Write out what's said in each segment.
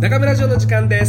中村城の時間です。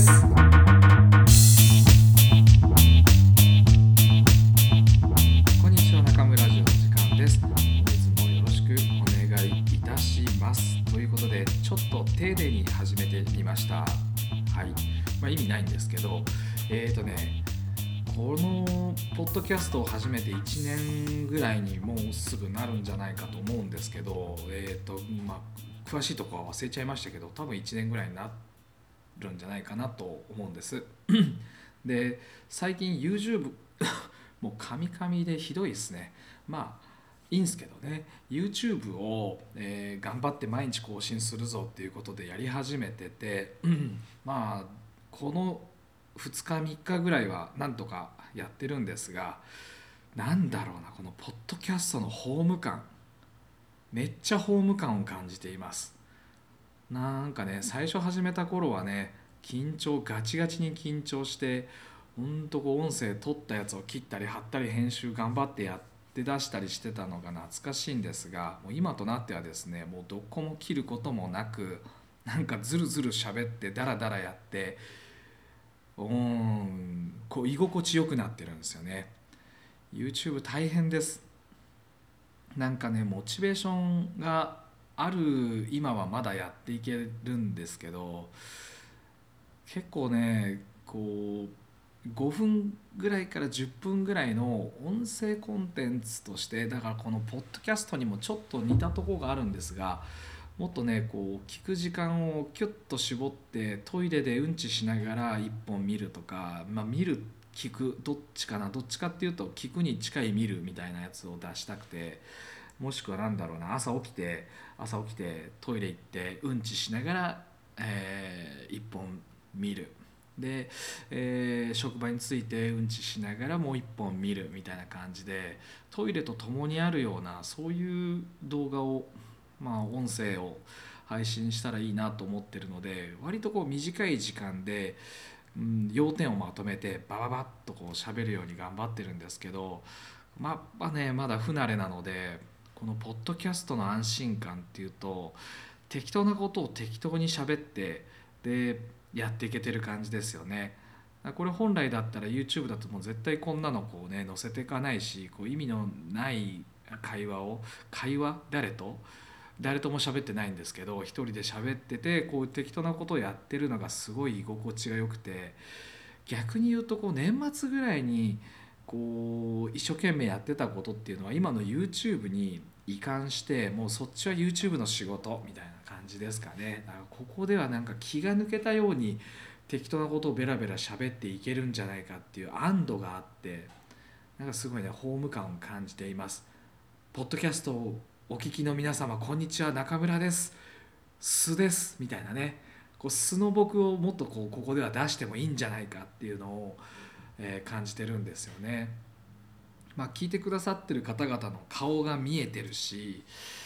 こんにちは、中村城の時間です。本日もよろしくお願いいたします。ということで、ちょっと丁寧に始めてみました。はい。意味ないんですけど、このポッドキャストを始めて1年ぐらいにもうすぐなるんじゃないかと思うんですけど、詳しいところは忘れちゃいましたけど、多分1年ぐらいになるんじゃないかなと思うんです。で、最近 YouTube もうカミカミでひどいですね。いいんですけどね、 YouTube を、頑張って毎日更新するぞっていうことでやり始めてて、この2日3日ぐらいはなんとかやってるんですが、なんだろうな、このポッドキャストのホーム感、めっちゃホーム感を感じています。なんかね、最初始めた頃はね、ガチガチに緊張して、ほんと音声取ったやつを切ったり貼ったり編集頑張ってやって出したりしてたのが懐かしいんですが、もう今となってはですね、もうどこも切ることもなく、なんかずるずる喋ってダラダラやって、居心地よくなってるんですよね。 YouTube 大変です。なんかね、モチベーションがある今はまだやっていけるんですけど、結構ね、5分ぐらいから10分ぐらいの音声コンテンツとして、だからこのポッドキャストにもちょっと似たところがあるんですが、もっとね、聞く時間をキュッと絞って、トイレでうんちしながら一本見るとか、見る聞くどっちかな、どっちかっていうと聞くに近い見るみたいなやつを出したくて、もしくはなんだろうな、朝起きてトイレ行ってうんちしながら、一本見る。で、職場に着いてうんちしながらもう一本見るみたいな感じで、トイレと共にあるようなそういう動画を、音声を配信したらいいなと思ってるので、割と短い時間で、要点をまとめてバババッと喋るように頑張ってるんですけど、まだ不慣れなので、このポッドキャストの安心感っていうと、適当なことを適当に喋って、でやっていけてる感じですよね。これ本来だったら YouTube だともう絶対こんなの載せていかないし、意味のない会話誰とも喋ってないんですけど、一人で喋ってて適当なことをやってるのがすごい居心地が良くて、逆に言うと年末ぐらいに一生懸命やってたことっていうのは今の YouTube に移管して、もうそっちは YouTube の仕事みたいな感じですかね。だからここではなんか気が抜けたように適当なことをベラベラ喋っていけるんじゃないかっていう安堵があって、なんかすごいね、ホーム感を感じています。ポッドキャストをお聞きの皆様、こんにちは、中村です、素ですみたいなね、素の僕をもっとここでは出してもいいんじゃないかっていうのを、感じてるんですよね。聞いてくださってる方々の顔が見えてるし、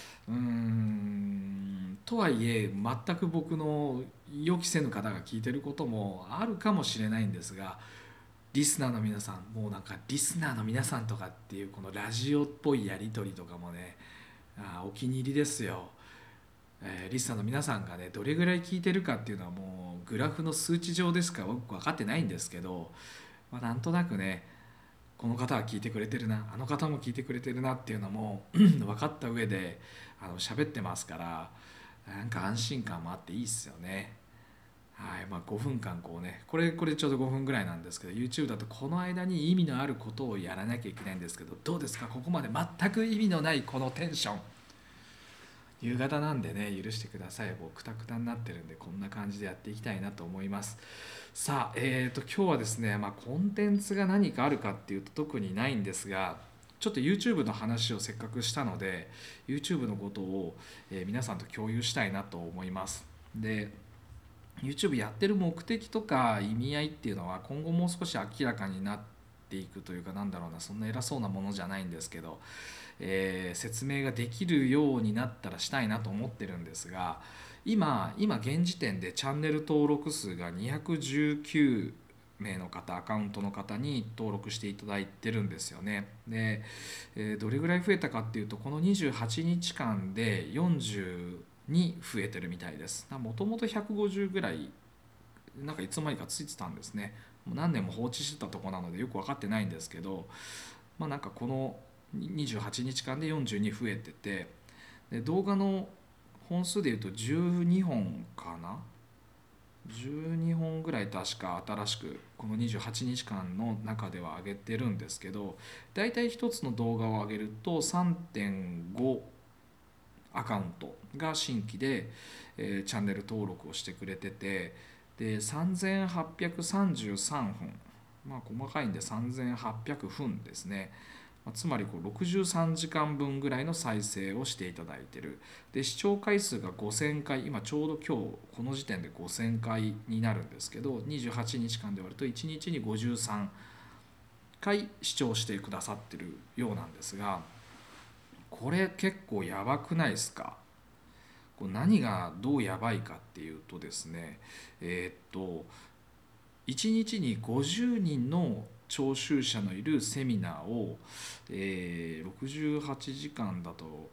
とはいえ全く僕の予期せぬ方が聞いてることもあるかもしれないんですが、リスナーの皆さん、もうなんかリスナーの皆さんとかっていうこのラジオっぽいやり取りとかもね、お気に入りですよ。リスナーの皆さんがね、どれぐらい聞いてるかっていうのはもうグラフの数値上でしか僕分かってないんですけど、なんとなくね、この方は聞いてくれてるな、あの方も聞いてくれてるなっていうのも分かった上で喋ってますから、なんか安心感もあっていいっすよね。はい。5分間これちょうど5分ぐらいなんですけど、 YouTube だとこの間に意味のあることをやらなきゃいけないんですけど、どうですか、ここまで全く意味のないこのテンション。夕方なんでね、許してください。もうクタクタになってるんで、こんな感じでやっていきたいなと思います。さあ、今日はですね、コンテンツが何かあるかっていうと特にないんですが、ちょっと YouTube の話をせっかくしたので YouTube のことを、皆さんと共有したいなと思います。で、 YouTube やってる目的とか意味合いっていうのは今後もう少し明らかになっていくというか、なんだろうな、そんな偉そうなものじゃないんですけど、説明ができるようになったらしたいなと思ってるんですが、今現時点でチャンネル登録数が219名の方、アカウントの方に登録していただいてるんですよね。で、どれぐらい増えたかっていうと、この28日間で40に増えてるみたいです。もともと150ぐらいなんかいつの間にかついてたんですね。もう何年も放置してたとこなのでよく分かってないんですけど、なんかこの28日間で42増えてて、で動画の本数でいうと12本かな、12本ぐらい確か新しくこの28日間の中では上げてるんですけど、だいたい1つの動画を上げると3.5アカウントが新規で、チャンネル登録をしてくれてて、で3833分、細かいんで3800分ですね。つまり63時間分ぐらいの再生をしていただいている。で視聴回数が5000回、今ちょうど今日この時点で5000回になるんですけど、28日間で割ると1日に53回視聴してくださってるようなんですが、これ結構やばくないですか？何がどうやばいかっていうとですね、1日に50人の聴衆者のいるセミナーを、68時間だと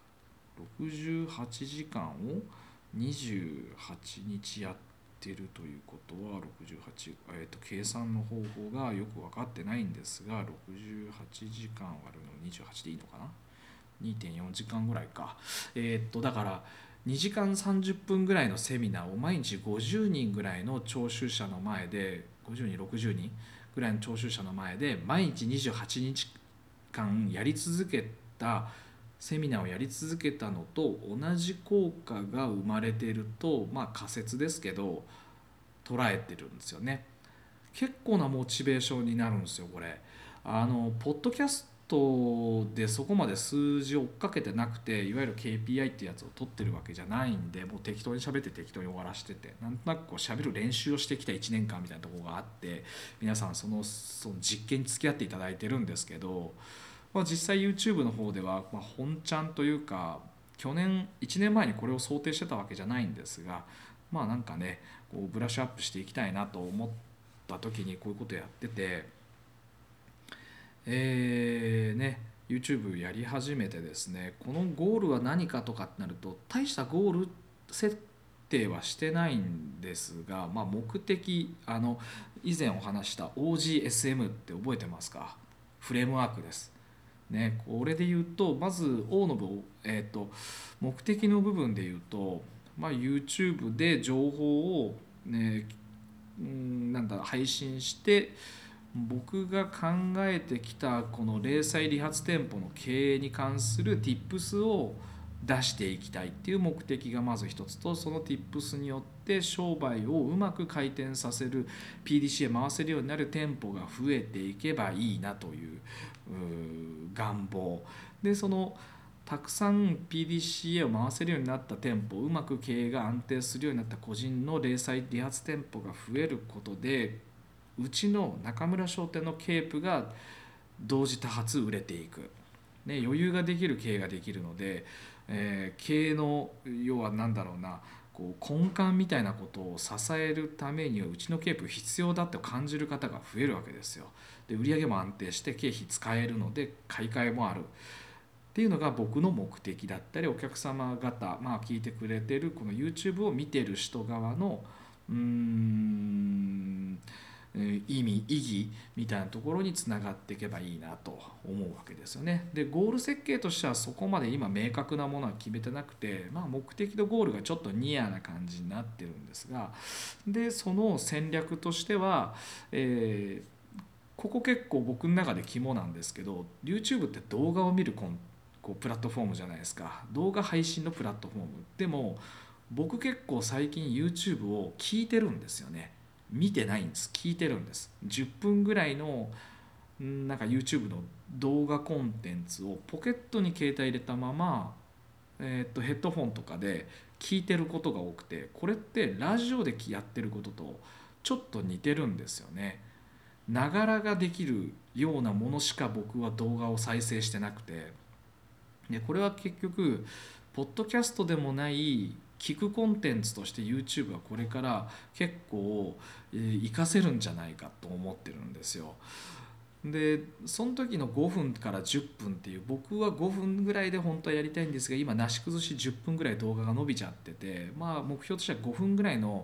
68時間を28日やってるということは68、計算の方法がよく分かってないんですが、68時間割るの28でいいのかな、2.4 時間ぐらいか。だから2時間30分ぐらいのセミナーを毎日50人ぐらいの聴衆者の前で、50人60人ぐらいの聴衆者の前で毎日28日間やり続けたセミナーをやり続けたのと同じ効果が生まれていると、仮説ですけど捉えてるんですよね。結構なモチベーションになるんですよこれ。ポッドキャストでそこまで数字を追っかけてなくて、いわゆる KPI ってやつを取ってるわけじゃないんで、もう適当に喋って適当に終わらしてて、なんとなく喋る練習をしてきた1年間みたいなところがあって、皆さんその実験に付き合っていただいてるんですけど、実際 YouTube の方では、本ちゃんというか去年1年前にこれを想定してたわけじゃないんですが、なんかねブラッシュアップしていきたいなと思った時にこういうことやってて、YouTube やり始めてですね、このゴールは何かとかってなると大したゴール設定はしてないんですが、目的、以前お話した OGSM って覚えてますか？フレームワークですね。これで言うとまず O の目的の部分で言うと、YouTube で情報を、配信して、僕が考えてきたこの零細理髪店舗の経営に関する Tips を出していきたいっていう目的がまず一つと、その Tips によって商売をうまく回転させる PDCA 回せるようになる店舗が増えていけばいいなという願望で、そのたくさん PDCA を回せるようになった店舗、うまく経営が安定するようになった個人の零細理髪店舗が増えることで、うちの中村商店のケープが同時多発売れていく、余裕ができる経営ができるので、経営の要は根幹みたいなことを支えるためにはうちのケープ必要だと感じる方が増えるわけですよ。で売上も安定して経費使えるので買い替えもあるっていうのが僕の目的だったり、お客様方、聞いてくれてるこの YouTube を見てる人側の意義みたいなところにつながっていけばいいなと思うわけですよね。でゴール設計としてはそこまで今明確なものは決めてなくて、目的とゴールがちょっとニアな感じになってるんですが、でその戦略としては、ここ結構僕の中で肝なんですけど、 YouTube って動画を見るプラットフォームじゃないですか。動画配信のプラットフォームでも僕結構最近 YouTube を聞いてるんですよね。見てないんです、聞いてるんです。10分ぐらいのYouTube の動画コンテンツをポケットに携帯入れたまま、ヘッドフォンとかで聞いてることが多くて、これってラジオでやってることとちょっと似てるんですよね。ながらができるようなものしか僕は動画を再生してなくて、でこれは結局ポッドキャストでもない聞くコンテンツとして YouTube はこれから結構活かせるんじゃないかと思ってるんですよ。でその時の5分から10分っていう、僕は5分ぐらいで本当はやりたいんですが、今なし崩し10分ぐらい動画が伸びちゃってて、目標としては5分ぐらいの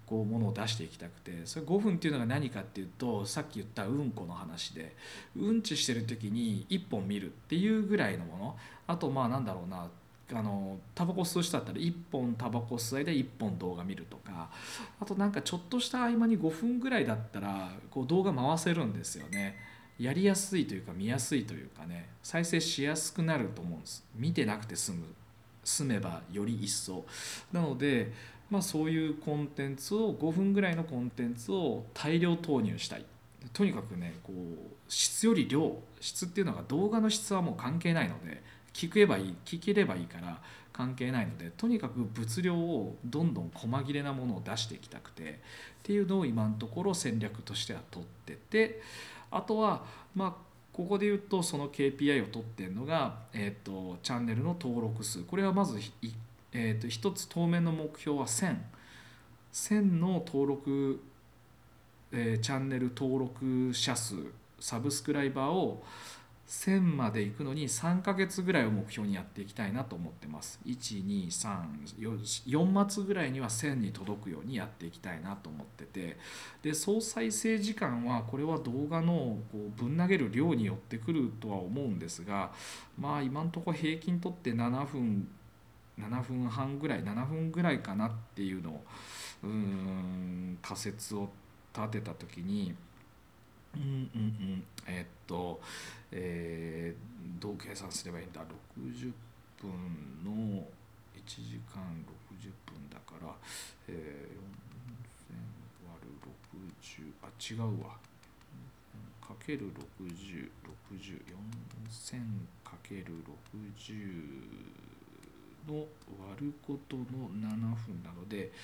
こうものを出していきたくて、それ5分っていうのが何かっていうと、さっき言ったうんこの話で、うんちしてる時に1本見るっていうぐらいのもの。あとまあなんだろうな、タバコ吸う人だったら1本タバコ吸う間1本動画見るとか、あとなんかちょっとした合間に5分ぐらいだったらこう動画回せるんですよね。やりやすいというか見やすいというかね、再生しやすくなると思うんです。見てなくて済めばより一層なので、まあ、そういうコンテンツを5分ぐらいのコンテンツを大量投入したい。とにかくね、こう質より量、質っていうのが動画の質はもう関係ないので、聞ければいいから関係ないので、とにかく物量をどんどん細切れなものを出していきたくてっていうのを今のところ戦略としては取ってて、あとはまあここで言うとその KPI を取っているのが、チャンネルの登録数。これはまず一つ当面の目標は1000の登録、チャンネル登録者数、サブスクライバーを1000まで行くのに3ヶ月ぐらいを目標にやっていきたいなと思ってます。12344末ぐらいには1000に届くようにやっていきたいなと思ってて、で総再生時間はこれは動画のこうぶん投げる量によってくるとは思うんですが、まあ今のところ平均とって7分半ぐらい7分ぐらいかなっていうのを仮説を立てた時に、どう計算すればいいんだ。60分の1時間60分だから、4000割る60、違うわ、かける60、4000かける60の割ることの7分なので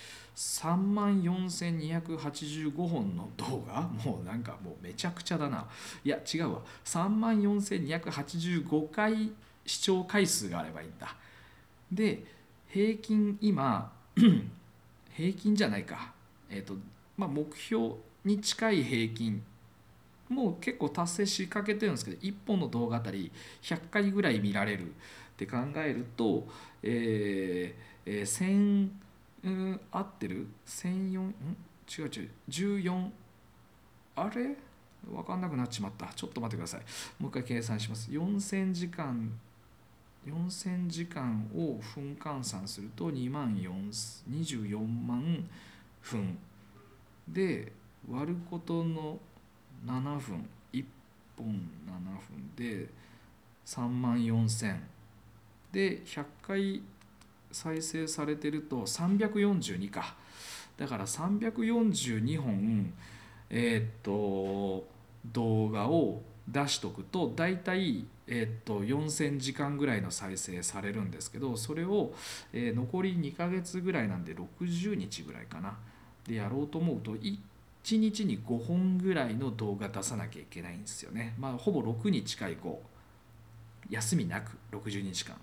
34,285本の動画、もうなんかもうめちゃくちゃだな。いや違うわ、34,285回視聴回数があればいいんだ。で平均今平均じゃないか、まあ、目標に近い平均もう結構達成しかけてるんですけど、1本の動画あたり100回ぐらい見られるって考えると、1000、合ってる ?1004、違う違う、14、あれ分かんなくなっちまった。ちょっと待ってください。もう一回計算します。4000時間を分換算すると24万分で割ることの7分、1本7分で34,000で100回再生されてると342か。だから342本動画を出しとくとだいたい4000時間ぐらいの再生されるんですけど、それを残り2ヶ月ぐらいなんで60日ぐらいかなでやろうと思うと1日に5本ぐらいの動画出さなきゃいけないんですよね。まあほぼ6に近い5、休みなく60日間。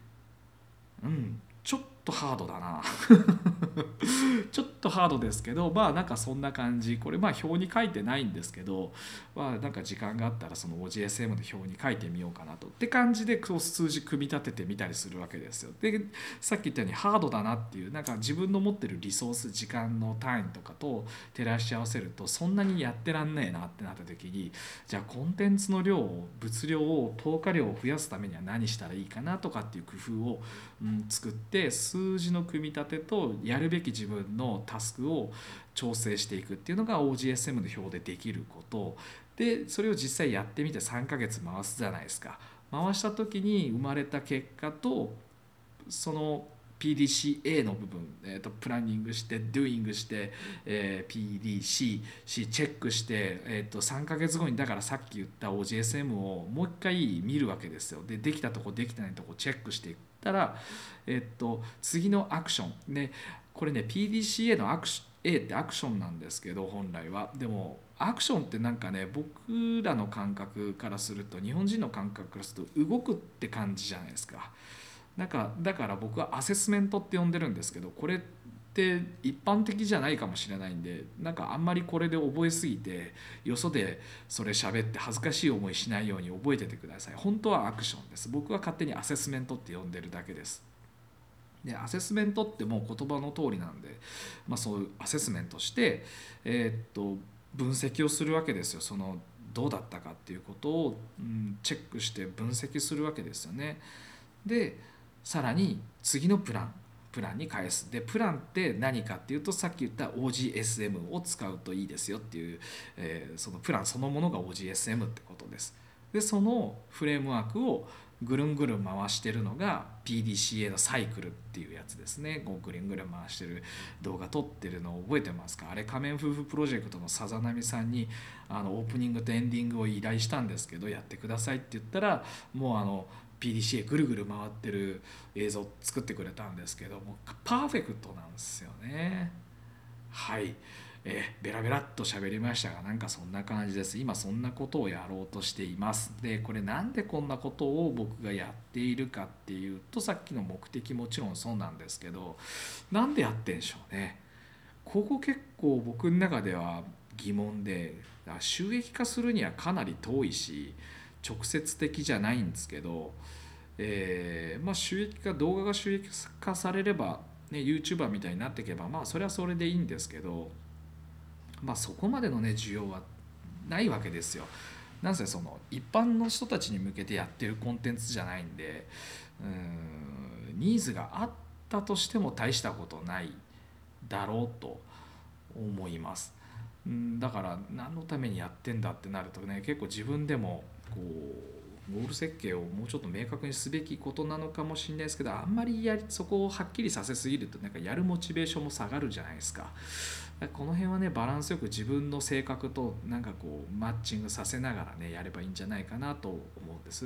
ちょっとハードだなちょっとハードですけど、まあなんかそんな感じ。これまあ表に書いてないんですけど、まあなんか時間があったらその OGSM の表に書いてみようかなとって感じでこう数字組み立ててみたりするわけですよ。でさっき言ったようにハードだなっていう、なんか自分の持ってるリソース、時間の単位とかと照らし合わせるとそんなにやってらんねえなってなった時に、じゃあコンテンツの量を、物量を、投下量を増やすためには何したらいいかなとかっていう工夫を作って、数字の組み立てとやるべき自分のタスクを調整していくっていうのが OGSM の表でできることで、それを実際やってみて3ヶ月回すじゃないですか。回した時に生まれた結果とその PDCA の部分、プランニングして Doing して、PDC チェックして、3ヶ月後にだからさっき言った OGSM をもう一回見るわけですよ。できたとこできてないとこチェックしていったら、次のアクションね、これね PDCA のA ってアクションなんですけど本来は。でもアクションってなんかね、僕らの感覚からすると、日本人の感覚からすると動くって感じじゃないですか。なんかだから僕はアセスメントって呼んでるんですけど、これって一般的じゃないかもしれないんで、なんかあんまりこれで覚えすぎてよそでそれ喋って恥ずかしい思いしないように覚えててください。本当はアクションです。僕は勝手にアセスメントって呼んでるだけです。 でアセスメントってもう言葉の通りなんで、そういうアセスメントして、分析をするわけですよ。そのどうだったかっていうことを、チェックして分析するわけですよね。でさらに次のプランに返す。でプランって何かっていうと、さっき言った OGSM を使うといいですよっていう、そのプランそのものが OGSM ってことです。でそのフレームワークをぐるんぐるん回してるのが PDCA のサイクルっていうやつですね。こうぐるんぐるん回してる動画撮ってるのを覚えてますか？あれ仮面夫婦プロジェクトのさざなみさんにオープニングとエンディングを依頼したんですけど、やってくださいって言ったら、もうPDCA ぐるぐる回ってる映像作ってくれたんですけども、パーフェクトなんですよね。はい、ベラベラっと喋りましたが、なんかそんな感じです。今そんなことをやろうとしています。でこれなんでこんなことを僕がやっているかっていうと、さっきの目的もちろんそうなんですけど、なんでやってんでしょうね。ここ結構僕の中では疑問で、収益化するにはかなり遠いし直接的じゃないんですけど、収益化動画が収益化されれば、ね、YouTuber みたいになっていけばそれはそれでいいんですけど、そこまでのね需要はないわけですよ。なんせその一般の人たちに向けてやってるコンテンツじゃないんで、ニーズがあったとしても大したことないだろうと思います。だから何のためにやってんだってなるとね、結構自分でもこうゴール設計をもうちょっと明確にすべきことなのかもしれないですけど、あんまりそこをはっきりさせすぎるとなんかやるモチベーションも下がるじゃないですか。この辺はねバランスよく自分の性格となんかこうマッチングさせながらねやればいいんじゃないかなと思うんです。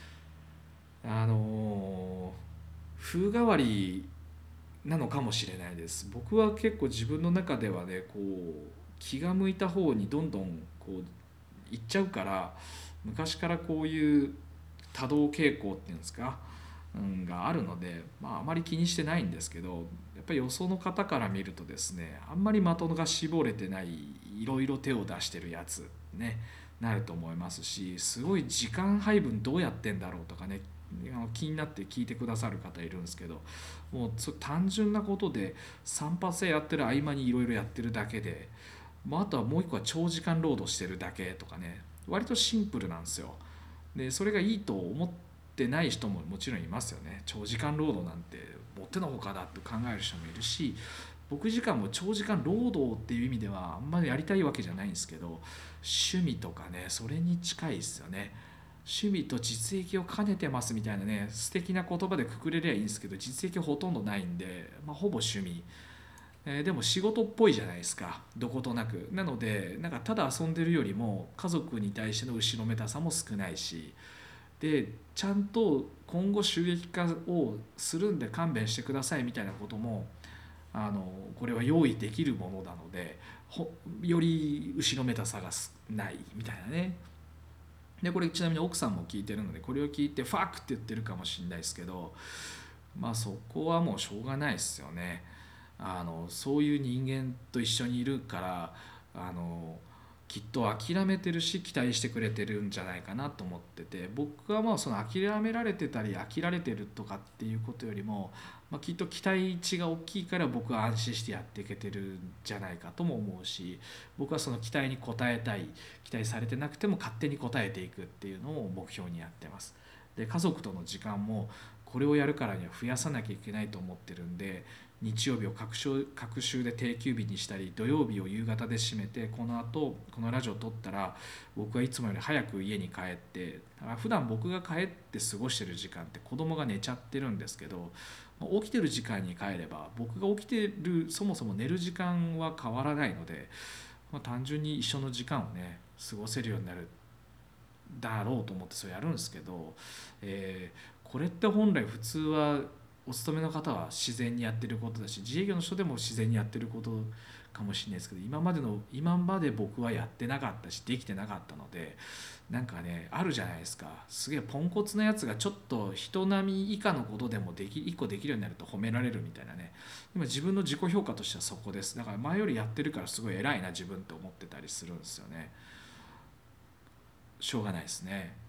風変わりなのかもしれないです。僕は結構自分の中ではねこう気が向いた方にどんどんこう行っちゃうから、昔からこういう多動傾向っていうんですか、があるので、あまり気にしてないんですけど、やっぱりよその方から見るとですね、あんまり的が絞れてない、いろいろ手を出してるやつねなると思いますし、すごい時間配分どうやってんだろうとかね、気になって聞いてくださる方いるんですけど、もう単純なことで散髪屋やってる合間にいろいろやってるだけで、あとはもう一個は長時間労働してるだけとかね、割とシンプルなんですよ。でそれがいいと思ってない人ももちろんいますよね。長時間労働なんてもってのほかだって考える人もいるし、僕自身も長時間労働っていう意味ではあんまりやりたいわけじゃないんですけど、趣味とかねそれに近いですよね。趣味と実益を兼ねてますみたいなね素敵な言葉でくくれりゃいいんですけど、実益ほとんどないんで、ほぼ趣味、でも仕事っぽいじゃないですか、どことなく。なのでなんかただ遊んでるよりも家族に対しての後ろめたさも少ないし、でちゃんと今後収益化をするんで勘弁してくださいみたいなこともこれは用意できるものなので、より後ろめたさがないみたいなね。でこれちなみに奥さんも聞いてるので、これを聞いてファックって言ってるかもしれないですけど、そこはもうしょうがないですよね。そういう人間と一緒にいるからきっと諦めてるし期待してくれてるんじゃないかなと思ってて、僕はその諦められてたり飽きられてるとかっていうことよりも、きっと期待値が大きいから僕は安心してやっていけてるんじゃないかとも思うし、僕はその期待に応えたい、期待されてなくても勝手に応えていくっていうのを目標にやってます。で家族との時間もこれをやるからには増やさなきゃいけないと思ってるんで、日曜日を隔週で定休日にしたり、土曜日を夕方で締めて、この後このラジオを撮ったら僕はいつもより早く家に帰って、普段僕が帰って過ごしてる時間って子供が寝ちゃってるんですけど、起きてる時間に帰れば僕が起きてるそもそも寝る時間は変わらないので、単純に一緒の時間をね過ごせるようになるだろうと思ってそれやるんですけど、これって本来普通はお勤めの方は自然にやってることだし、自営業の人でも自然にやってることかもしれないですけど、今まで僕はやってなかったしできてなかったので、なんかねあるじゃないですか、すげえポンコツなやつがちょっと人並み以下のことでも一個できるようになると褒められるみたいなね。今自分の自己評価としてはそこです。だから前よりやってるからすごい偉いな自分って思ってたりするんですよね。しょうがないですね。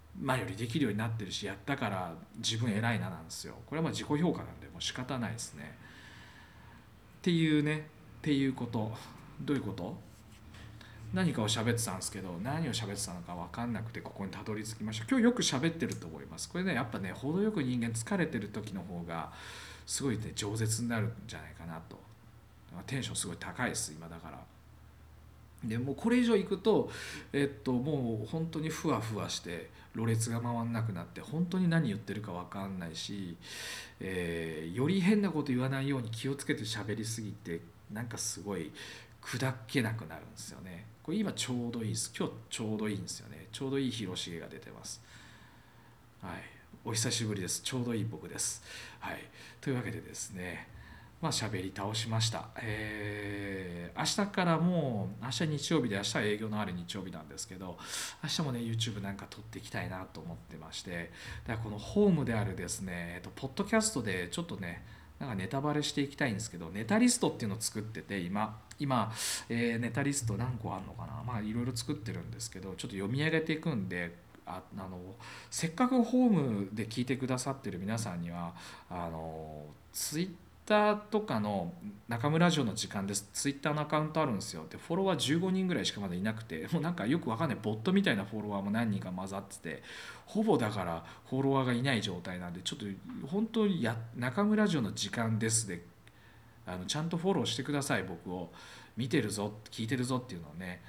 前よりできるようになってるし、やったから自分偉いななんですよ。これはまあ自己評価なんでもう仕方ないですね。っていうね、っていうこと。どういうこと？何かを喋ってたんですけど、何を喋ってたのか分かんなくてここにたどり着きました。今日よく喋ってると思います。これね、やっぱね、程よく人間疲れてる時の方がすごいね、饒舌になるんじゃないかなと。テンションすごい高いです今だから。でもうこれ以上いくと、もう本当にふわふわしてろれつが回んなくなって本当に何言ってるか分かんないし、より変なこと言わないように気をつけて喋りすぎてなんかすごい砕けなくなるんですよね。これ今ちょうどいいです。今日ちょうどいいんですよね。ちょうどいい広重が出てます。はい、お久しぶりです。ちょうどいい僕です。はい、というわけでですね、まあ喋り倒しました。明日からもう明日日曜日で、明日は営業のある日曜日なんですけど、明日もね YouTube なんか撮っていきたいなと思ってまして、だからこのホームであるですね、ポッドキャストでちょっとねなんかネタバレしていきたいんですけど、ネタリストっていうのを作ってて今、ネタリスト何個あるのかな、まあいろいろ作ってるんですけど、ちょっと読み上げていくんで、せっかくホームで聞いてくださってる皆さんにはツイッターとかの中村城の時間です、ツイッターのアカウントあるんですよ。でフォロワー15人ぐらいしかまだいなくて、もうなんかよくわかんないボットみたいなフォロワーも何人か混ざってて、ほぼだからフォロワーがいない状態なんで、ちょっと本当に中村城の時間ですでちゃんとフォローしてください。僕を見てるぞ聞いてるぞっていうのをね、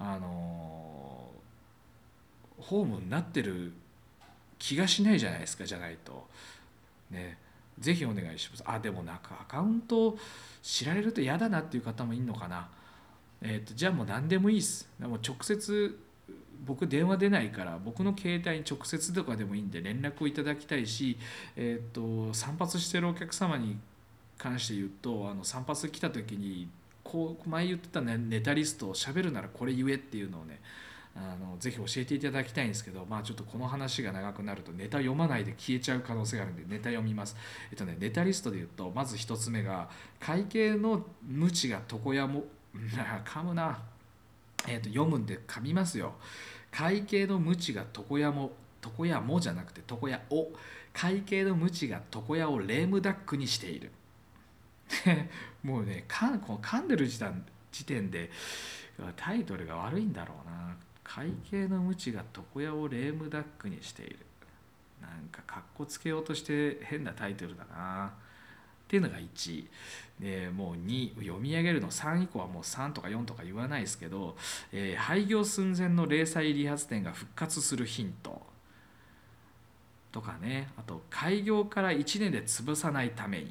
ホームになってる気がしないじゃないですか、じゃないとね。ぜひお願いします。でもなんかアカウント知られると嫌だなっていう方もいるのかな。じゃあもう何でもいいです。でも直接僕電話出ないから、僕の携帯に直接とかでもいいんで連絡をいただきたいし、散髪してるお客様に関して言うと、散髪来た時にこう前言ってた、ね、ネタリストを喋るならこれ言えっていうのをね、ぜひ教えていただきたいんですけど、まあちょっとこの話が長くなるとネタ読まないで消えちゃう可能性があるんでネタ読みます。ネタリストで言うと、まず一つ目が会計の無知が床屋も噛むな、読むんで噛みますよ。会計の無知が床屋もじゃなくて床屋を、会計の無知が床屋をレームダックにしている。もうねこの噛んでる時点でタイトルが悪いんだろうな。会計の無知が床屋をレームダックにしている。なんかかっこつけようとして変なタイトルだなっていうのが1で、もう2読み上げるの。3以降はもう3とか4とか言わないですけど、廃業寸前の零細理髪店が復活するヒントとかね。あと開業から1年で潰さないために、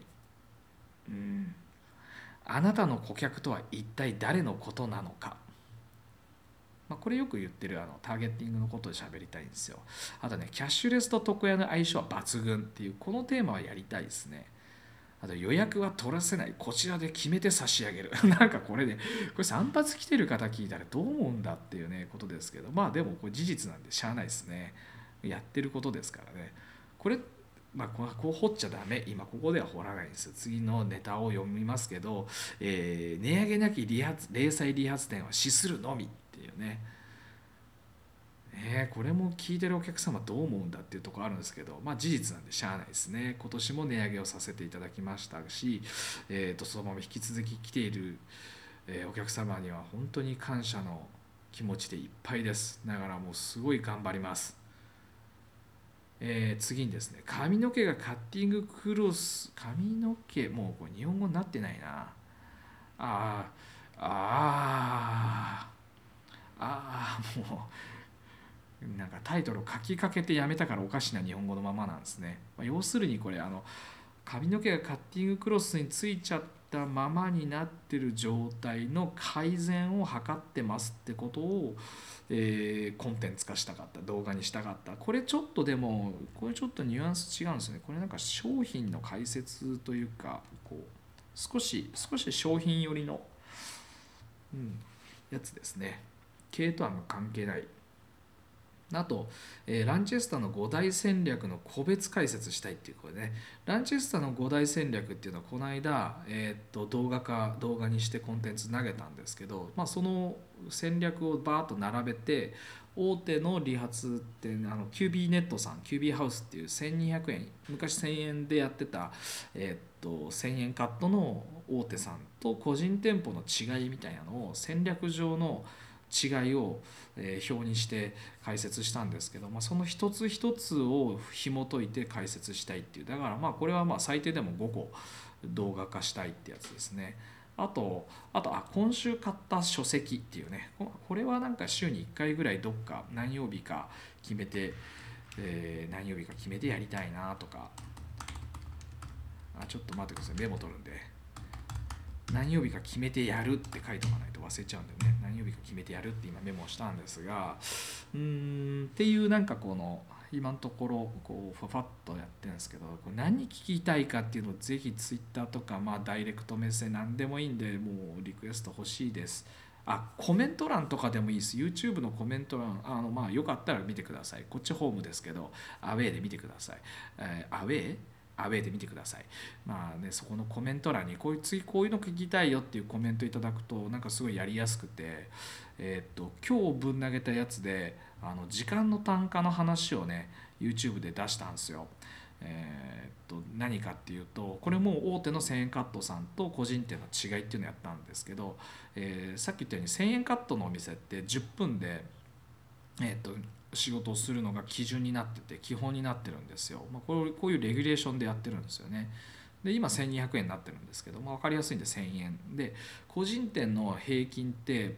あなたの顧客とは一体誰のことなのか。これよく言ってるターゲッティングのことで喋りたいんですよ。あとね、キャッシュレスと床屋の相性は抜群っていうこのテーマはやりたいですね。あと予約は取らせない、こちらで決めて差し上げるなんかこれね、これ散髪来てる方聞いたらどう思うんだっていうねことですけど、まあでもこれ事実なんでしゃあないですね。やってることですからね。これこう掘っちゃダメ。今ここでは掘らないんですよ。次のネタを読みますけど、値上げなき零細理髪店は死するのみっていうね。これも聞いてるお客様どう思うんだっていうところあるんですけど、事実なんでしゃあないですね。今年も値上げをさせていただきましたし、そのまま引き続き来ている、お客様には本当に感謝の気持ちでいっぱいです。だからもうすごい頑張ります。次にですね、髪の毛がカッティングクロス、髪の毛、もうこれ日本語になってないな。あーあーあーもうなんかタイトルを書きかけてやめたからおかしな日本語のままなんですね。要するにこれ髪の毛がカッティングクロスについちゃったままになってる状態の改善を図ってますってことを、コンテンツ化したかった、動画にしたかった。これちょっとでもこれちょっとニュアンス違うんですね。これなんか商品の解説というか、こう少し商品寄りの、やつですね。経営とは関係ない。あと、ランチェスターの5大戦略の個別解説したいっていうことでね。ランチェスターの5大戦略っていうのはこの間、動画にしてコンテンツ投げたんですけど、その戦略をバーッと並べて、 大手の理髪ってキュービーネットさん、キュービーハウスっていう1200円、昔1000円でやってた、1000円カットの大手さんと個人店舗の違いみたいなのを、戦略上の違いを表にして解説したんですけど、その一つ一つを紐解いて解説したいっていう、だからこれは最低でも5個動画化したいってやつですね。あと今週買った書籍っていうね、これはなんか週に1回ぐらいどっか何曜日か決めて、やりたいなとか、ちょっと待ってください、メモ取るんで、何曜日か決めてやるって書いておかないと忘れちゃうんでね、何曜日か決めてやるって今メモしたんですが、っていうなんかこの今のところこうファッとやってるんですけど、これ何聞きたいかっていうのをぜひツイッターとかダイレクトメッセージ何でもいいんで、もうリクエスト欲しいです。コメント欄とかでもいいです。 YouTube のコメント欄よかったら見てください。こっちホームですけどアウェーで見てください。アウェーで見てください。そこのコメント欄に次こういうの聞きたいよっていうコメントいただくとなんかすごいやりやすくて、今日ぶん投げたやつで時間の単価の話をね YouTube で出したんですよ。何かっていうと、これも大手の1000円カットさんと個人店の違いっていうのをやったんですけど、さっき言ったように1000円カットのお店って10分で、仕事をするのが基準になってて基本になってるんですよ。こういうレギュレーションでやってるんですよね。で今1200円になってるんですけど、分かりやすいんで1000円で、個人店の平均って、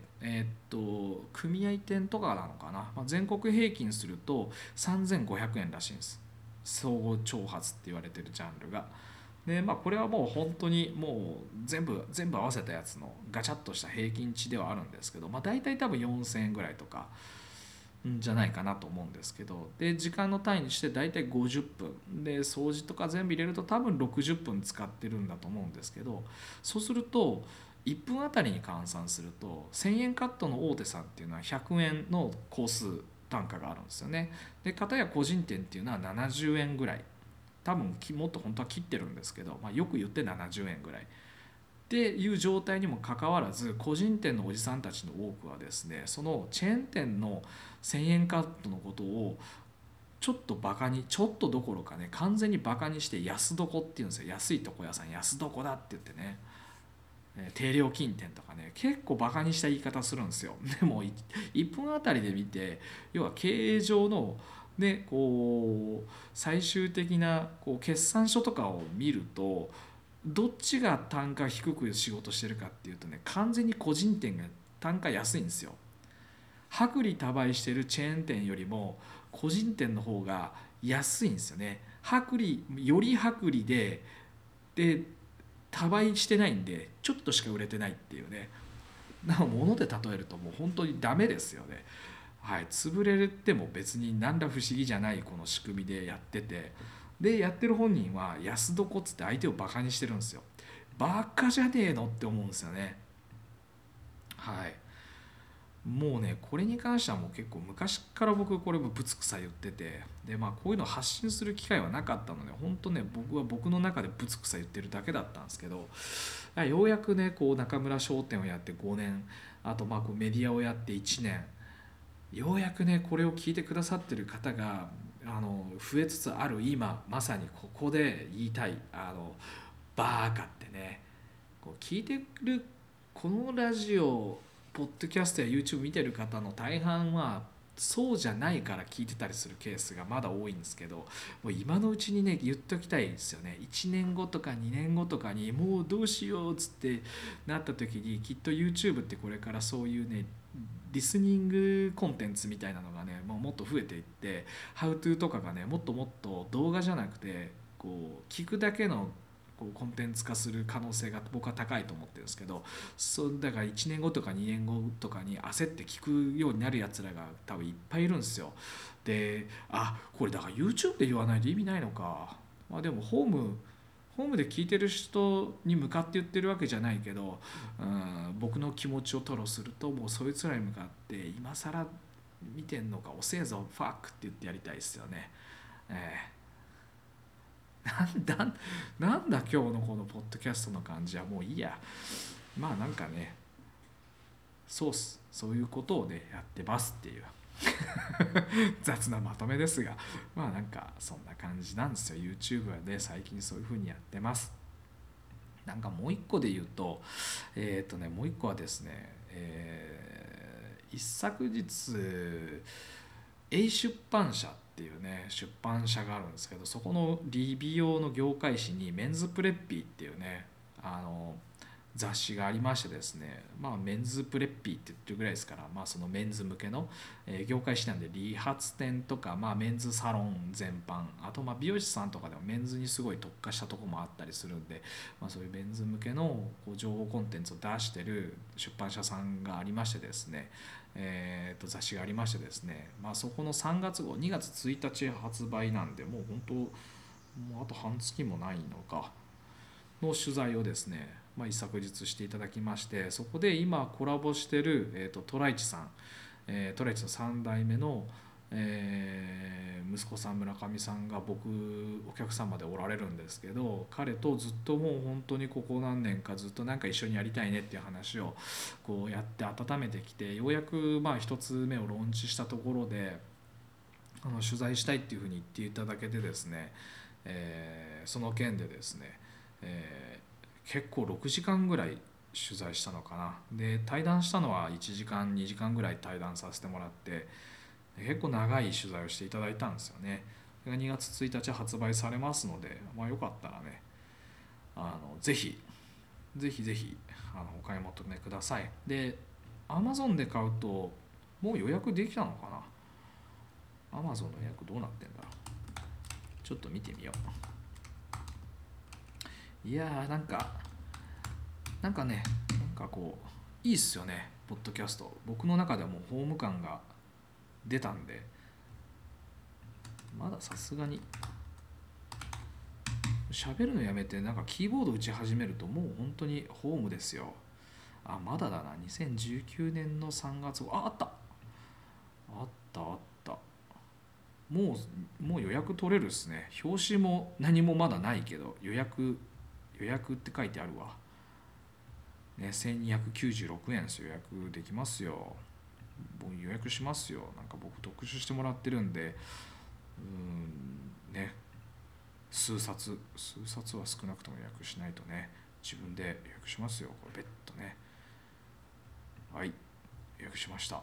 組合店とかなのかな、全国平均すると3500円らしいんです。総合長髪って言われてるジャンルが。でこれはもう本当にもう全部合わせたやつのガチャッとした平均値ではあるんですけど、大体多分4000円ぐらいとかじゃないかなと思うんですけど、で時間の単位にして大体50分で、掃除とか全部入れると多分60分使ってるんだと思うんですけど、そうすると1分あたりに換算すると1000円カットの大手さんっていうのは100円のコース単価があるんですよね。で片や個人店っていうのは70円ぐらい、多分もっと本当は切ってるんですけど、よく言って70円ぐらいっていう状態にもかかわらず、個人店のおじさんたちの多くはですね、そのチェーン店の1000円カットのことをちょっとどころかね、完全にバカにして安床っていうんですよ。安い床屋さん安床だって言ってね、定料金店とかね、結構バカにした言い方するんですよ。でも1分あたりで見て、要は経営上の最終的な決算書とかを見ると、どっちが単価低く仕事してるかっていうとね、完全に個人店が単価安いんですよ。薄利多売してるチェーン店よりも個人店の方が安いんですよね。より薄利で多売してないんでちょっとしか売れてないっていうね、物で例えるともう本当にダメですよね。はい、潰れても別に何ら不思議じゃないこの仕組みでやってて、でやってる本人は安どこっつって相手をバカにしてるんですよ。バカじゃねえのって思うんですよね。はい、もうねこれに関してはもう結構昔から僕これもぶつくさ言ってて、でこういうのを発信する機会はなかったので、本当ね僕は僕の中でぶつくさ言ってるだけだったんですけど、ようやくね中村商店をやって5年、あとメディアをやって1年、ようやくねこれを聞いてくださってる方が増えつつある今、まさにここで言いたいバーカってね、聞いてるこのラジオポッドキャストや YouTube 見てる方の大半はそうじゃないから聞いてたりするケースがまだ多いんですけど、もう今のうちにね言っときたいですよね。1年後とか2年後とかにもうどうしようっつってなった時に、きっと YouTube ってこれからそういうねリスニングコンテンツみたいなのがねもっと増えていって、ハウトゥーとかがねもっともっと動画じゃなくて聞くだけのコンテンツ化する可能性が僕は高いと思ってるんですけど、だから1年後とか2年後とかに焦って聞くようになるやつらが多分いっぱいいるんですよ。でこれだから YouTube で言わないと意味ないのか。でもホームで聞いてる人に向かって言ってるわけじゃないけど、僕の気持ちを吐露するともうそいつらに向かって今更見てんのか遅えぞファックって言ってやりたいですよね。なんだ今日のこのポッドキャストの感じはもういいや。なんかねそういうことをねやってますっていう雑なまとめですが、まあなんかそんな感じなんですよ。 YouTube はね最近そういう風にやってます。なんかもう一個で言うともう一個はですね、一昨日 A 出版社っていうね出版社があるんですけど、そこの理美容の業界誌にメンズプレッピーっていうね雑誌がありましてですね、まあメンズプレッピーって言ってるぐらいですから、まあそのメンズ向けの業界誌なんで、理髪店とか、まあ、メンズサロン全般、あとまあ美容師さんとかでもメンズにすごい特化したとこもあったりするんで、まあ、そういうメンズ向けのこう情報コンテンツを出してる出版社さんがありましてですね、雑誌がありましてですね、まあ、そこの3月号2月1日発売なんで、もう本当もうあと半月もないのかの取材をですね、まあ、一昨日していただきまして、そこで今コラボしてる、トライチさん、トライチの3代目の、息子さん村上さんが僕お客様でおられるんですけど、彼とずっともう本当にここ何年かずっとなんか一緒にやりたいねっていう話をこうやって温めてきて、ようやくまあ1つ目をローンチしたところで取材したいっていうふうに言っていただけてですね、その件でですね、結構6時間ぐらい取材したのかな。で対談したのは1時間2時間ぐらい対談させてもらって、結構長い取材をしていただいたんですよね。それが2月1日発売されますので、まあ、よかったらねぜひぜひぜひお買い求めください。で Amazon で買うともう予約できたのかな。 Amazon の予約どうなってんだろう、ちょっと見てみよう。いやーなんかね、なんかこういいっすよねポッドキャスト。僕の中ではもうホーム感が出たんで、まださすがに喋るのやめてなんかキーボード打ち始めるともう本当にホームですよ。あ、まだだな。2019年の3月号、あったあったもう予約取れるっすね。表紙も何もまだないけど予約って書いてあるわね。1296円ですよ。予約できますよ。もう予約しますよ。なんか僕特集してもらってるんで、ね、数冊は少なくとも予約しないとね。自分で予約しますよ。これ別途ね。はい、予約しました。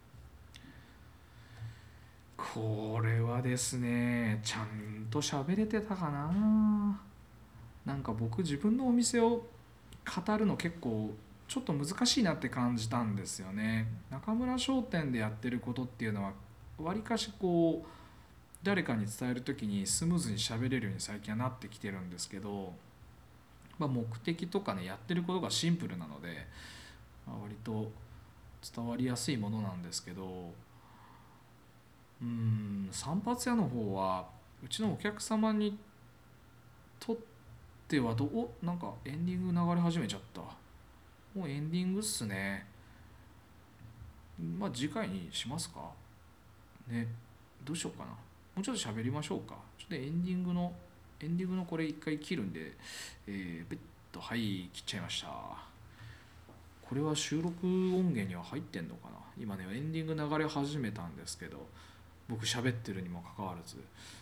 これはですね、ちゃんと喋れてたかな。なんか僕自分のお店を語るの結構ちょっと難しいなって感じたんですよね。中村商店でやってることっていうのはわりかしこう誰かに伝える時にスムーズに喋れるように最近はなってきてるんですけど、まあ、目的とかねやってることがシンプルなので、まあ、割と伝わりやすいものなんですけど、散髪屋の方はうちのお客様にとってはなんかエンディング流れ始めちゃった。もうエンディングっすね。まあ次回にしますかね。どうしようかな。もうちょっと喋りましょうか。ちょっとエンディングのこれ一回切るんで、ベッド、はい、切っちゃいました。これは収録音源には入ってんのかな。今ねエンディング流れ始めたんですけど、僕喋ってるにもかかわらず、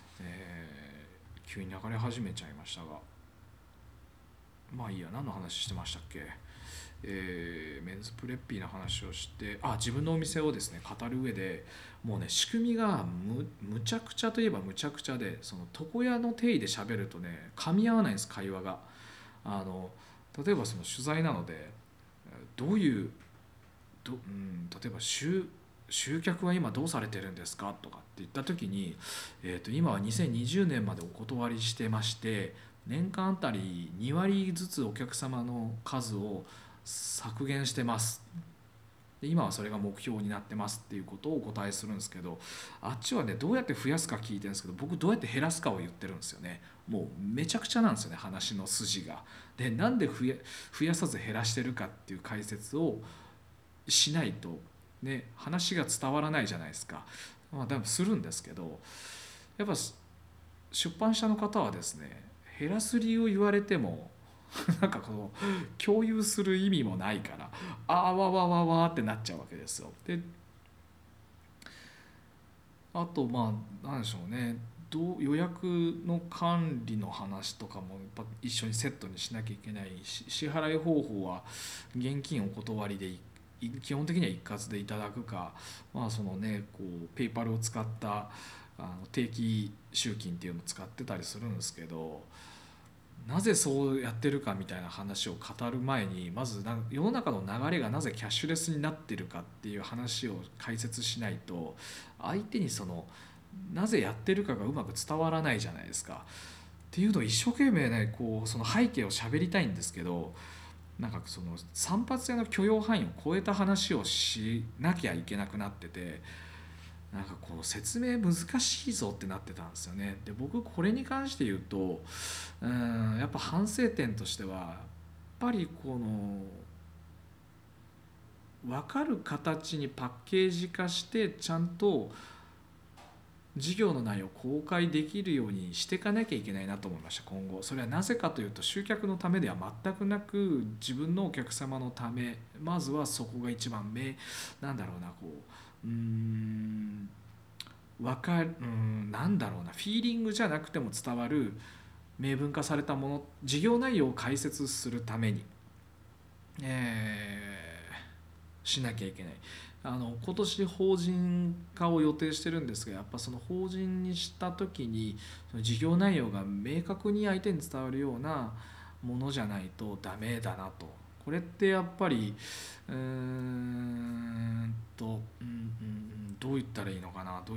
急に流れ始めちゃいましたが、まあいいや。何の話してましたっけ。メンズプレッピーの話をして、自分のお店をですね語る上でもうね仕組みがむちゃくちゃといえばむちゃくちゃで、その床屋の定位で喋るとね噛み合わないんです、会話が。例えばその取材なので、どういう例えば集客は今どうされてるんですかとかって言った時に、今は2020年までお断りしてまして、年間あたり2割ずつお客様の数を削減してます。で今はそれが目標になってますっていうことをお答えするんですけど、あっちはねどうやって増やすか聞いてるんですけど、僕どうやって減らすかを言ってるんですよね。もうめちゃくちゃなんですよね、話の筋が。でなんで増やさず減らしてるかっていう解説をしないとね話が伝わらないじゃないですか。まあ多分するんですけど、やっぱ出版社の方はですね減らす理由を言われてもなんかこう共有する意味もないから、わってなっちゃうわけですよ。であとなんでしょうね、予約の管理の話とかもやっぱ一緒にセットにしなきゃいけないし、支払い方法は現金お断りで基本的には一括でいただくか、そのねこうペイパルを使った定期集金っていうのを使ってたりするんですけど、なぜそうやってるかみたいな話を語る前に、まず世の中の流れがなぜキャッシュレスになってるかっていう話を解説しないと、相手になぜやってるかがうまく伝わらないじゃないですか。っていうのを一生懸命ねこうその背景を喋りたいんですけど、散髪屋の許容範囲を超えた話をしなきゃいけなくなってて、こう説明難しいぞってなってたんですよね。で僕これに関して言うと、やっぱ反省点としてはやっぱり分かる形にパッケージ化してちゃんと事業の内容を公開できるようにしていかなきゃいけないなと思いました。今後それはなぜかというと、集客のためでは全くなく自分のお客様のため、まずはそこが一番なんだろうなこうなんだろうな、フィーリングじゃなくても伝わる明文化されたもの、事業内容を解説するために、しなきゃいけない。今年法人化を予定してるんですが、やっぱその法人にした時にその事業内容が明確に相手に伝わるようなものじゃないとダメだなと。これってやっぱりどう言ったらいいのかな、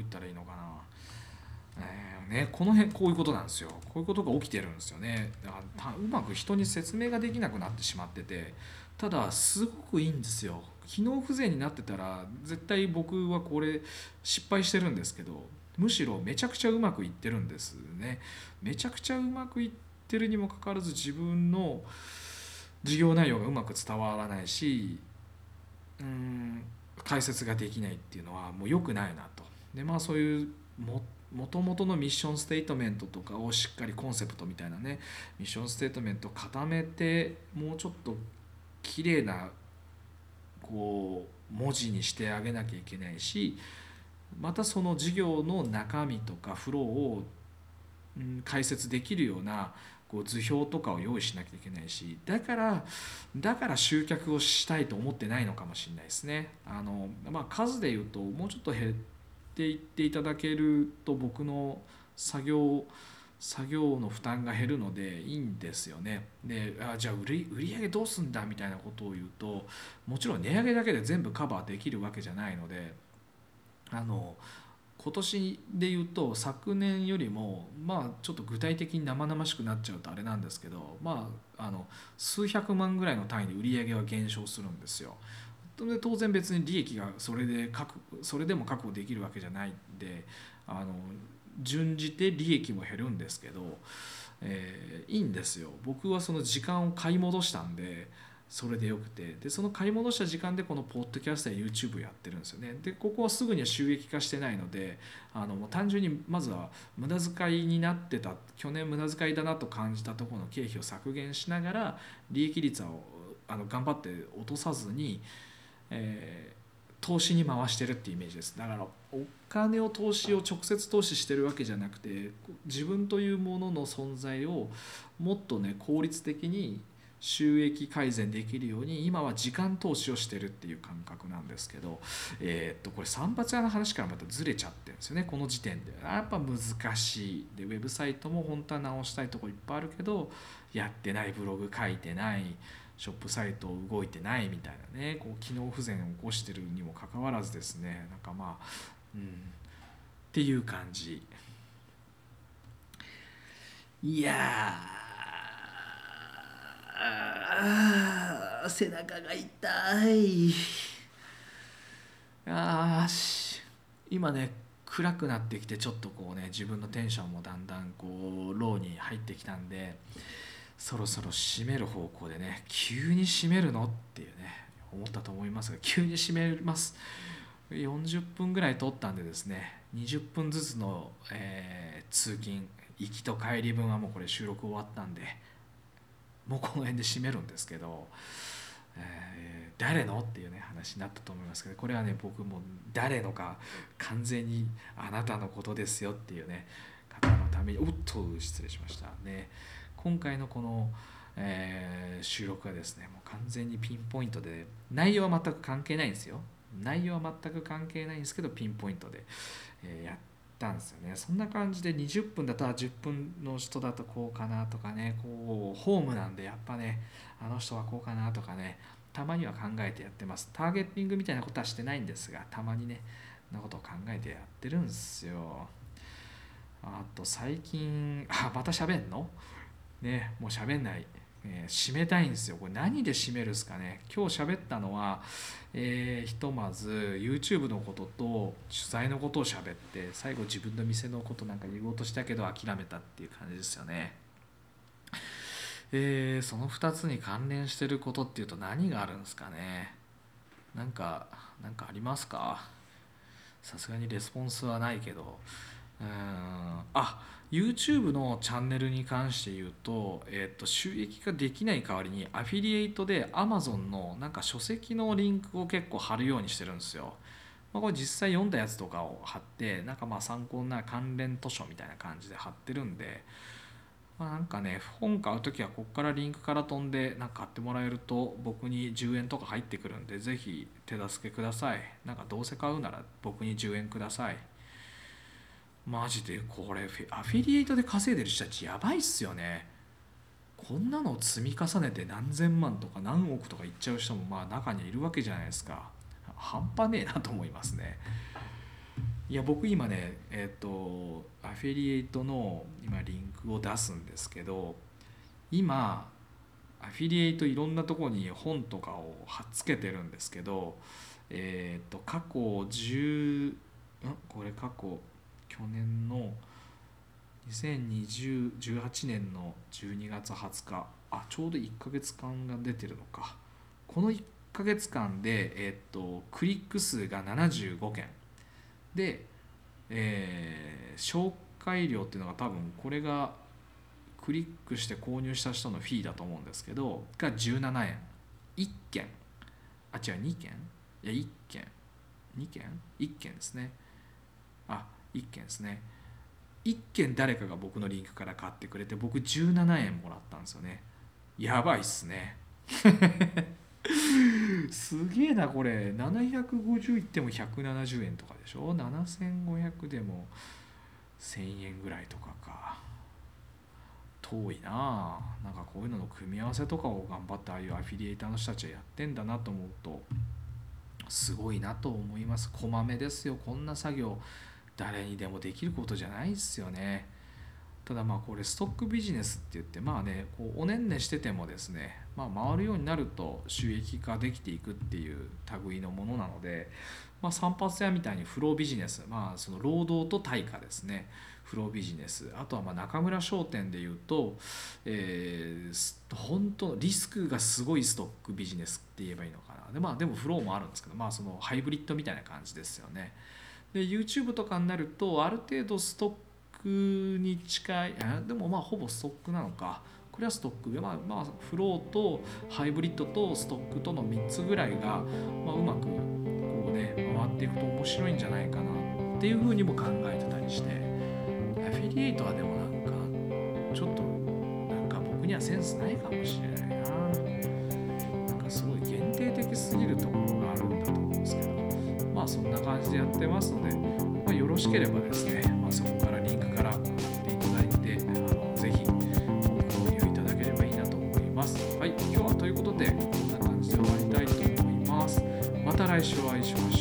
この辺こういうことなんですよ。こういうことが起きてるんですよね。だからうまく人に説明ができなくなってしまってて、ただすごくいいんですよ。機能不全になってたら絶対僕はこれ失敗してるんですけど、むしろめちゃくちゃうまくいってるんですね。めちゃくちゃうまくいってるにもかかわらず、自分の事業内容がうまく伝わらないし、解説ができないっていうのはもう良くないなと。でそういうもともとのミッションステートメントとかをしっかりコンセプトみたいなね、ミッションステートメントを固めて、もうちょっと綺麗な文字にしてあげなきゃいけないし、またその事業の中身とかフローを解説できるような図表とかを用意しなきゃいけないし、だから集客をしたいと思ってないのかもしれないですね。数で言うともうちょっと減っていっていただけると、僕の作業の負担が減るのでいいんですよね。でじゃあ売り上げどうすんだみたいなことを言うと、もちろん値上げだけで全部カバーできるわけじゃないので、今年で言うと昨年よりもちょっと具体的に生々しくなっちゃうとあれなんですけど、数百万ぐらいの単位で売り上げは減少するんですよ。で当然別に利益がそれでも確保できるわけじゃないんで、順じて利益も減るんですけど、いいんですよ。僕はその時間を買い戻したんでそれでよくて、でその買い戻した時間でこのポッドキャストや YouTube やってるんですよね。でここはすぐには収益化してないので、もう単純にまずは無駄遣いになってた、去年無駄遣いだなと感じたところの経費を削減しながら利益率を頑張って落とさずに、投資に回してるっていうイメージです。だからお金を直接投資してるわけじゃなくて、自分というものの存在をもっとね効率的に収益改善できるように今は時間投資をしてるっていう感覚なんですけど、これ散髪屋の話からまたずれちゃってるんですよね、この時点で。やっぱ難しい。でウェブサイトも本当は直したいとこいっぱいあるけどやってない、ブログ書いてない、ショップサイト動いてないみたいなね、機能不全を起こしてるにもかかわらずですね、っていう感じ。いや背中が痛い。今ね暗くなってきて、ちょっと自分のテンションもだんだんローに入ってきたんで、そろそろ締める方向でね、急に締めるのっていうね思ったと思いますが、急に締めます。40分ぐらい取ったんでですね、20分ずつの、通勤行きと帰り分はもうこれ収録終わったんで、もうこの辺で締めるんですけど、 誰のっていうね話になったと思いますけど、これはね僕も誰のか完全にあなたのことですよっていうね方のために失礼しましたね。今回のこの、収録はですねもう完全にピンポイントで、内容は全く関係ないんですよ。内容は全く関係ないんですけどピンポイントで、やったんですよね。そんな感じで20分だと10分の人だとこうかなとかね、こうホームなんでやっぱねあの人はこうかなとかね、たまには考えてやってます。ターゲティングみたいなことはしてないんですが、たまにねそんなことを考えてやってるんですよ。あと最近また喋んのね、もう喋んない、締めたいんですよ。これ何で締めるんですかね。今日喋ったのは、ひとまず YouTube のことと取材のことを喋って、最後自分の店のことなんか言おうとしたけど諦めたっていう感じですよね。その2つに関連してることっていうと何があるんですかね。なんかありますか。さすがにレスポンスはないけど、YouTube のチャンネルに関して言うと、収益ができない代わりにアフィリエイトで Amazon のなんか書籍のリンクを結構貼るようにしてるんですよ。これ実際読んだやつとかを貼って、なんか参考な関連図書みたいな感じで貼ってるんで、なんかね本買うときはここからリンクから飛んでなんか買ってもらえると僕に10円とか入ってくるんで、ぜひ手助けください。なんかどうせ買うなら僕に10円ください。マジでこれアフィリエイトで稼いでる人たちやばいっすよね。こんなのを積み重ねて何千万とか何億とかいっちゃう人も中にいるわけじゃないですか。半端ねえなと思いますね。いや僕今ねアフィリエイトの今リンクを出すんですけど、今アフィリエイトいろんなところに本とかを貼っつけてるんですけど、過去10去年の2018年の12月20日、ちょうど1ヶ月間が出てるのか。この1ヶ月間で、クリック数が75件で、紹介料っていうのが多分これがクリックして購入した人のフィーだと思うんですけどが17円。1件2件いや1件2件1件ですね。1件ですね。1件誰かが僕のリンクから買ってくれて、僕17円もらったんですよね。やばいっすね。すげえなこれ。750いっても170円とかでしょ。7500でも1000円ぐらいとかか。遠いな。なんかこういうのの組み合わせとかを頑張ってああいうアフィリエイターの人たちはやってんだなと思うとすごいなと思います。こまめですよ。こんな作業誰にでもできることじゃないですよね。ただこれストックビジネスって言ってこうおねんねしててもですね、回るようになると収益化できていくっていう類のものなので、散髪屋みたいにフロービジネス、その労働と対価ですね、フロービジネス。あとは中村商店でいうと、本当リスクがすごいストックビジネスって言えばいいのかな。でもフローもあるんですけど、そのハイブリッドみたいな感じですよね。で YouTube とかになるとある程度ストックに近い、でもほぼストックなのか。これはストックで、フローとハイブリッドとストックとの3つぐらいが、うまくこうね回っていくと面白いんじゃないかなっていうふうにも考えてたりして、アフィリエイトはでもちょっと僕にはセンスないかもしれないな。すごい限定的すぎるところがあるんだと思うんですけど、そんな感じでやってますので、よろしければですね、そこからリンクから貼っていただいて、ぜひご購入いただければいいなと思います。はい、今日はということでこんな感じで終わりたいと思います。また来週お会いしましょう。